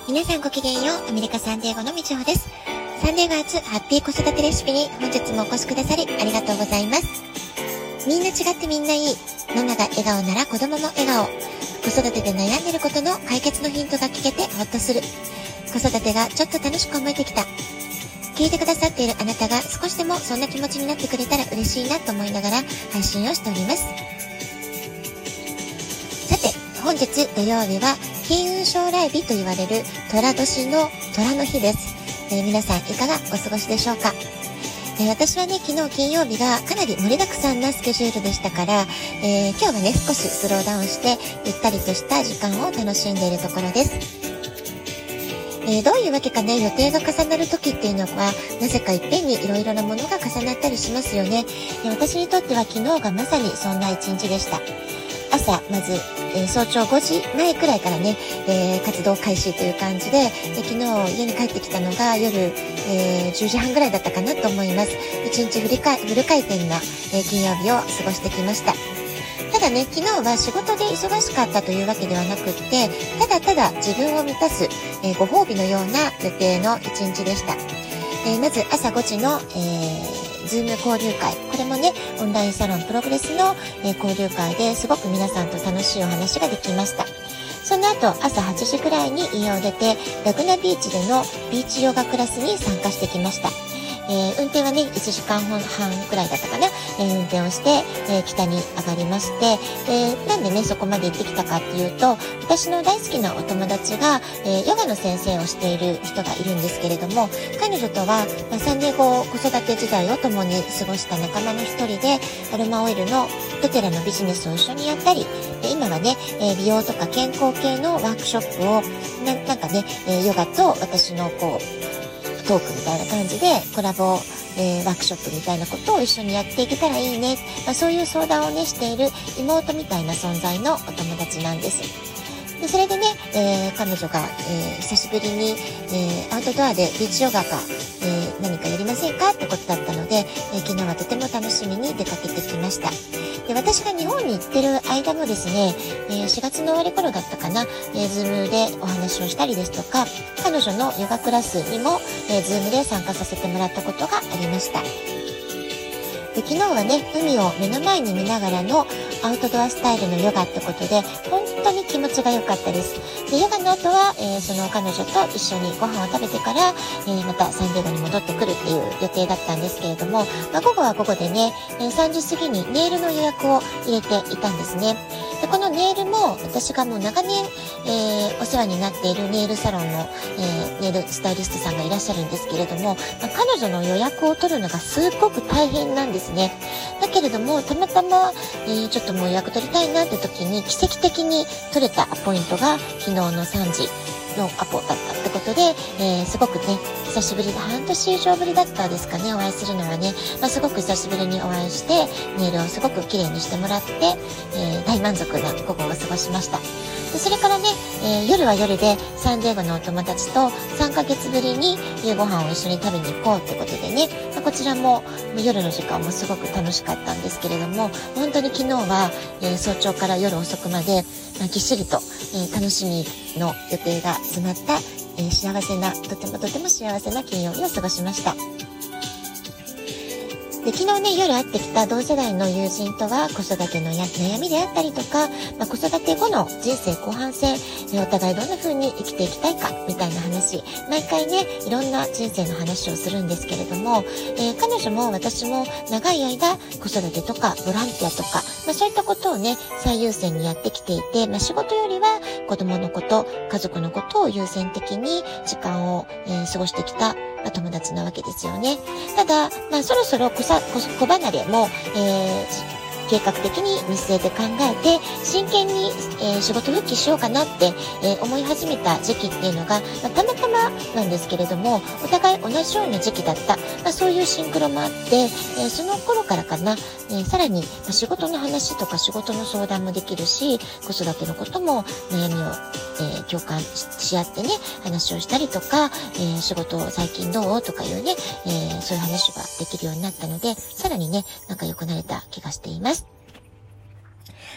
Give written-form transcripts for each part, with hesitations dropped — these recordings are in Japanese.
皆さんごきげんよう。アメリカサンディエゴのみちほです。サンディエゴ発ハッピー子育てレシピに本日もお越しくださりありがとうございます。みんな違ってみんないい。ママが笑顔なら子供も笑顔。子育てで悩んでることの解決のヒントが聞けてほっとする。子育てがちょっと楽しく思えてきた。聞いてくださっているあなたが少しでもそんな気持ちになってくれたら嬉しいなと思いながら配信をしております。さて、本日土曜日は金運将来日と言われる寅年の寅の日です。皆さんいかがお過ごしでしょうか。私はね、昨日金曜日がかなり盛りだくさんなスケジュールでしたから、今日はね、少しスローダウンしてゆったりとした時間を楽しんでいるところです。どういうわけかね、予定が重なる時っていうのはなぜかいっぺんにいろいろなものが重なったりしますよね。私にとっては昨日がまさにそんな一日でした。朝まず、早朝5時前くらいからね、活動開始という感じで、昨日家に帰ってきたのが夜、10時半ぐらいだったかなと思います。一日フル回転な、金曜日を過ごしてきました。ただね、昨日は仕事で忙しかったというわけではなくって、ただただ自分を満たす、ご褒美のような予定の一日でした。まず朝5時の、ズーム交流会。これもね、オンラインサロンプログレスの、交流会ですごく皆さんと楽しいお話ができました。その後、朝8時くらいに家を出て、ラグナビーチでのビーチヨガクラスに参加してきました。運転はね、1時間半くらいだったかな、運転をして、北に上がりまして、なんでね、そこまで行ってきたかっていうと、私の大好きなお友達が、ヨガの先生をしている人がいるんですけれども、彼女とは、サンディエゴ子育て時代を共に過ごした仲間の一人で、アロマオイルのドテラのビジネスを一緒にやったり、今はね、美容とか健康系のワークショップを、なんかね、ヨガと私のトークみたいな感じでコラボ、ワークショップみたいなことを一緒にやっていけたらいいね、そういう相談をねしている妹みたいな存在のお友達なんです。でそれでね、彼女が、久しぶりに、アウトドアでビーチヨガか、何かやりませんかってことだったので、昨日はとても楽しみに出かけてきました。で私が日本に行ってる間もですね、4月の終わり頃だったかな、ズームでお話をしたりですとか、彼女のヨガクラスにも、ズームで参加させてもらったことがありました。で昨日はね、海を目の前に見ながらのアウトドアスタイルのヨガってことで、本当に気持ちが良かったです。でヨガの後は、その彼女と一緒にご飯を食べてから、またサンディエゴに戻ってくるっていう予定だったんですけれども、午後は午後でね、3時過ぎにネイルの予約を入れていたんですね。でこのネイルも私がもう長年、お世話になっているネイルサロンの、ネイルスタイリストさんがいらっしゃるんですけれども、彼女の予約を取るのがすっごく大変なんですね。だけれどもたまたま、ちょっともう予約取りたいなって時に奇跡的に取れたアポイントが昨日の3時のアポだったってことで、すごくね久しぶりで半年以上ぶりだったですかね、お会いするのはね、すごく久しぶりにお会いしてネイルをすごく綺麗にしてもらって、大満足な午後を過ごしました。でそれからね、夜は夜でサンディエゴのお友達と3ヶ月ぶりに夕ご飯を一緒に食べに行こうってことでね、こちらも夜の時間もすごく楽しかったんですけれども、本当に昨日は、早朝から夜遅くまで、ぎっしりと、楽しみの予定が詰まった、幸せな、とても幸せな金曜日を過ごしました。で昨日ね、夜会ってきた同世代の友人とは子育ての悩みであったりとか、子育て後の人生後半戦、お互いどんな風に生きていきたいかみたいな話、毎回ねいろんな人生の話をするんですけれども、彼女も私も長い間子育てとかボランティアとか、そういったことをね最優先にやってきていて、仕事よりは子供のこと、家族のことを優先的に時間を、過ごしてきた友達なわけですよね。ただ、そろそろ子離れも、計画的に見据えて考えて真剣に、仕事復帰しようかなって、思い始めた時期っていうのが、たまたまなんですけれどもお互い同じような時期だった、そういうシンクロもあって、その頃からかな、さらに、仕事の話とか仕事の相談もできるし、子育てのことも悩みを、共感し合ってね話をしたりとか、仕事最近どうとかいうね、そういう話ができるようになったので、さらにね仲良くなれた気がしています。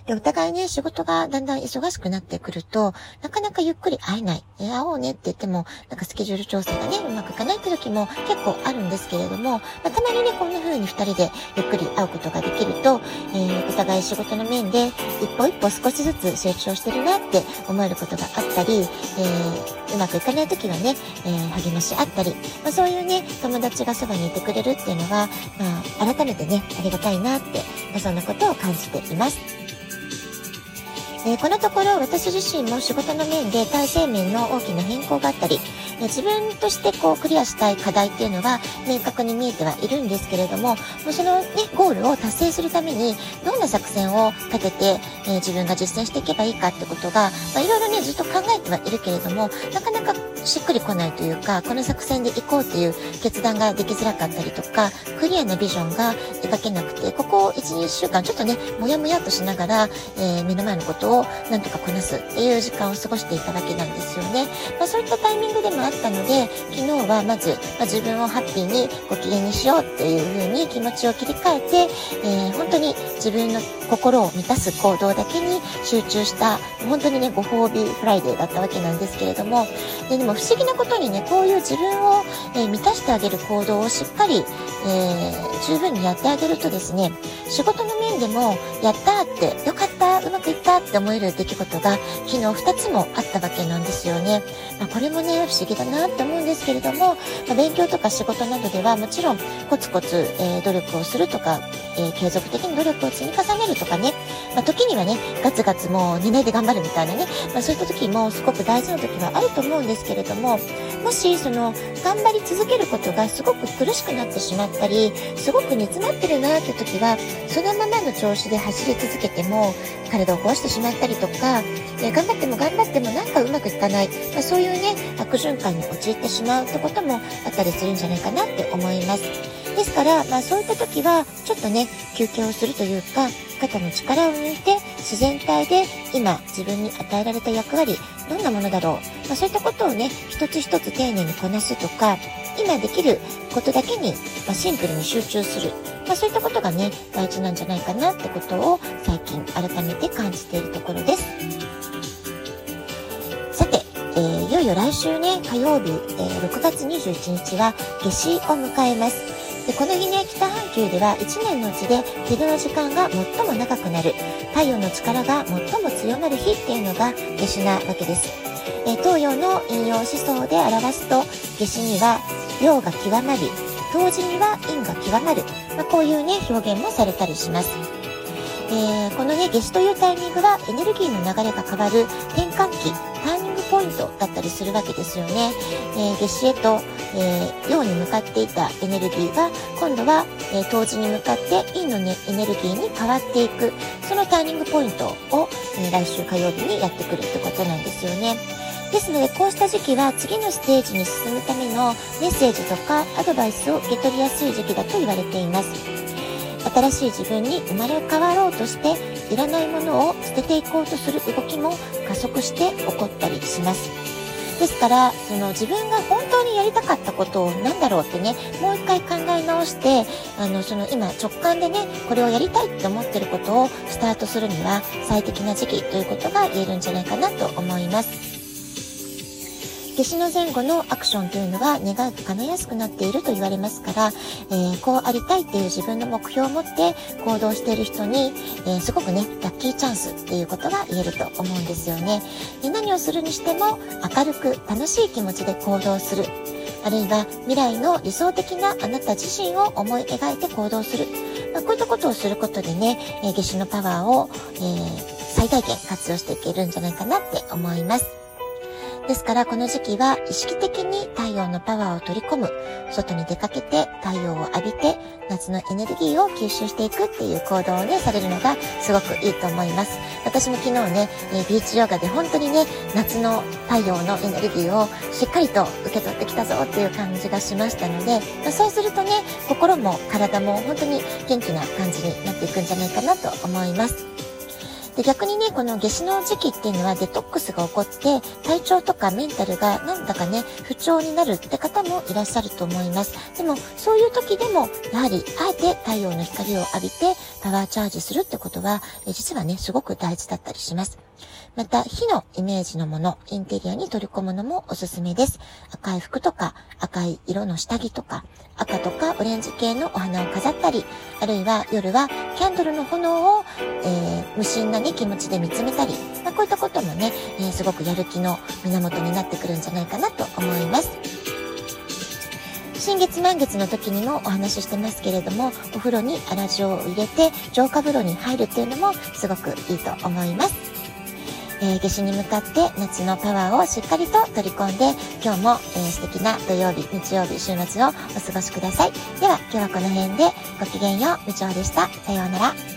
で、お互いね、仕事がだんだん忙しくなってくると、なかなかゆっくり会えない。会おうねって言っても、なんかスケジュール調整がね、うまくいかないって時も結構あるんですけれども、たまにね、こんな風に二人でゆっくり会うことができると、お互い仕事の面で一歩一歩少しずつ成長してるなって思えることがあったり、うまくいかない時はね、励まし合ったり、そういうね、友達がそばにいてくれるっていうのは、改めてね、ありがたいなって、そんなことを感じています。このところ私自身も仕事の面で体制面の大きな変更があったり、自分としてクリアしたい課題っていうのは明確に見えてはいるんですけれども、そのね、ゴールを達成するためにどんな作戦を立てて、自分が実践していけばいいかってことが、いろいろね、ずっと考えてはいるけれども、なかなかしっくりこないというか、この作戦で行こうという決断ができづらかったりとか、クリアなビジョンが描けなくて、ここ 1,2 週間ちょっとね、もやもやっとしながら、目の前のことをなんとかこなすっていう時間を過ごしていたわけなんですよね。そういったタイミングでもあったので、昨日はまず、自分をハッピーにご機嫌にしようっていう風に気持ちを切り替えて、本当に自分の心を満たす行動だけに集中した、本当にね、ご褒美フライデーだったわけなんですけれども、でも不思議なことにね、こういう自分を、満たしてあげる行動をしっかり、十分にやってあげるとですね、仕事の面でも、やったーって、よかった、うまくいったって思える出来事が昨日2つもあったわけなんですよね。これもね、不思議だなって思うんですけれども、勉強とか仕事などではもちろんコツコツ、努力をするとか、継続的に努力を積み重ねるとかね、時にはね、ガツガツもう寝ないで頑張るみたいなね、そういった時もすごく大事な時はあると思うんですけれども、もしその頑張り続けることがすごく苦しくなってしまったり、すごく煮詰まってるなって時は、そのままの調子で走り続けても体を壊してしまったりとか、頑張っても頑張ってもなんかうまくいかない、そういうね、悪循環に陥ってしまうってこともあったりするんじゃないかなって思います。ですから、そういった時はちょっとね、休憩をするというか、肩の力を抜いて自然体で今自分に与えられた役割、どんなものだろう、そういったことをね、一つ一つ丁寧にこなすとか、今できることだけに、シンプルに集中する、そういったことがね、大事なんじゃないかなってことを最近改めて感じているところです。さて、いよいよ来週ね、火曜日、6月21日は夏至を迎えます。で、この日ね、北半球では1年のうちで昼の時間が最も長くなる、太陽の力が最も強まる日っていうのが夏至なわけです。東洋の陰陽思想で表すと、夏至には陽が極まり、冬至には陰が極まる、こういうね、表現もされたりします。このね、夏至というタイミングはエネルギーの流れが変わる転換期、ターニングポイントだったりするわけですよね。夏至へと、陽に向かっていたエネルギーが今度は、冬至に向かって陰の、ね、エネルギーに変わっていく、そのターニングポイントを、来週火曜日にやってくるってことなんですよね。ですので、こうした時期は次のステージに進むためのメッセージとかアドバイスを受け取りやすい時期だと言われています。新しい自分に生まれ変わろうとして、いらないものを捨てていこうとする動きも加速して起こったりします。ですから、その自分が本当にやりたかったことを何だろうってね、もう一回考え直して、その今直感でね、これをやりたいって思ってることをスタートするには最適な時期ということが言えるんじゃないかなと思います。夏至の前後のアクションというのは願いが叶いやすくなっていると言われますから、こうありたいっていう自分の目標を持って行動している人に、すごくね、ラッキーチャンスっていうことが言えると思うんですよね。何をするにしても明るく楽しい気持ちで行動する。あるいは未来の理想的なあなた自身を思い描いて行動する。こういったことをすることでね、夏至のパワーを、最大限活用していけるんじゃないかなって思います。ですからこの時期は意識的に太陽のパワーを取り込む、外に出かけて太陽を浴びて夏のエネルギーを吸収していくっていう行動をね、されるのがすごくいいと思います。私も昨日ね、ビーチヨガで本当にね、夏の太陽のエネルギーをしっかりと受け取ってきたぞっていう感じがしましたので、そうするとね、心も体も本当に元気な感じになっていくんじゃないかなと思います。 で、逆にね、この夏至の時期っていうのはデトックスが起こって、体調とかメンタルがなんだかね、不調になるって方もいらっしゃると思います。でも、そういう時でも、やはり、あえて太陽の光を浴びてパワーチャージするってことは、実はね、すごく大事だったりします。また、火のイメージのもの、インテリアに取り込むのもおすすめです。赤い服とか、赤い色の下着とか、赤とかオレンジ系のお花を飾ったり、あるいは夜はキャンドルの炎を、無心なね、気持ちで見つめたり、こういったこともね、すごくやる気の源になってくるんじゃないかなと思います。新月満月の時にもお話ししてますけれども、お風呂に粗塩を入れて浄化風呂に入るっていうのもすごくいいと思います。夏至に向かって夏のパワーをしっかりと取り込んで、今日も、素敵な土曜日、日曜日、週末をお過ごしください。では今日はこの辺でごきげんよう。みちょうでした。さようなら。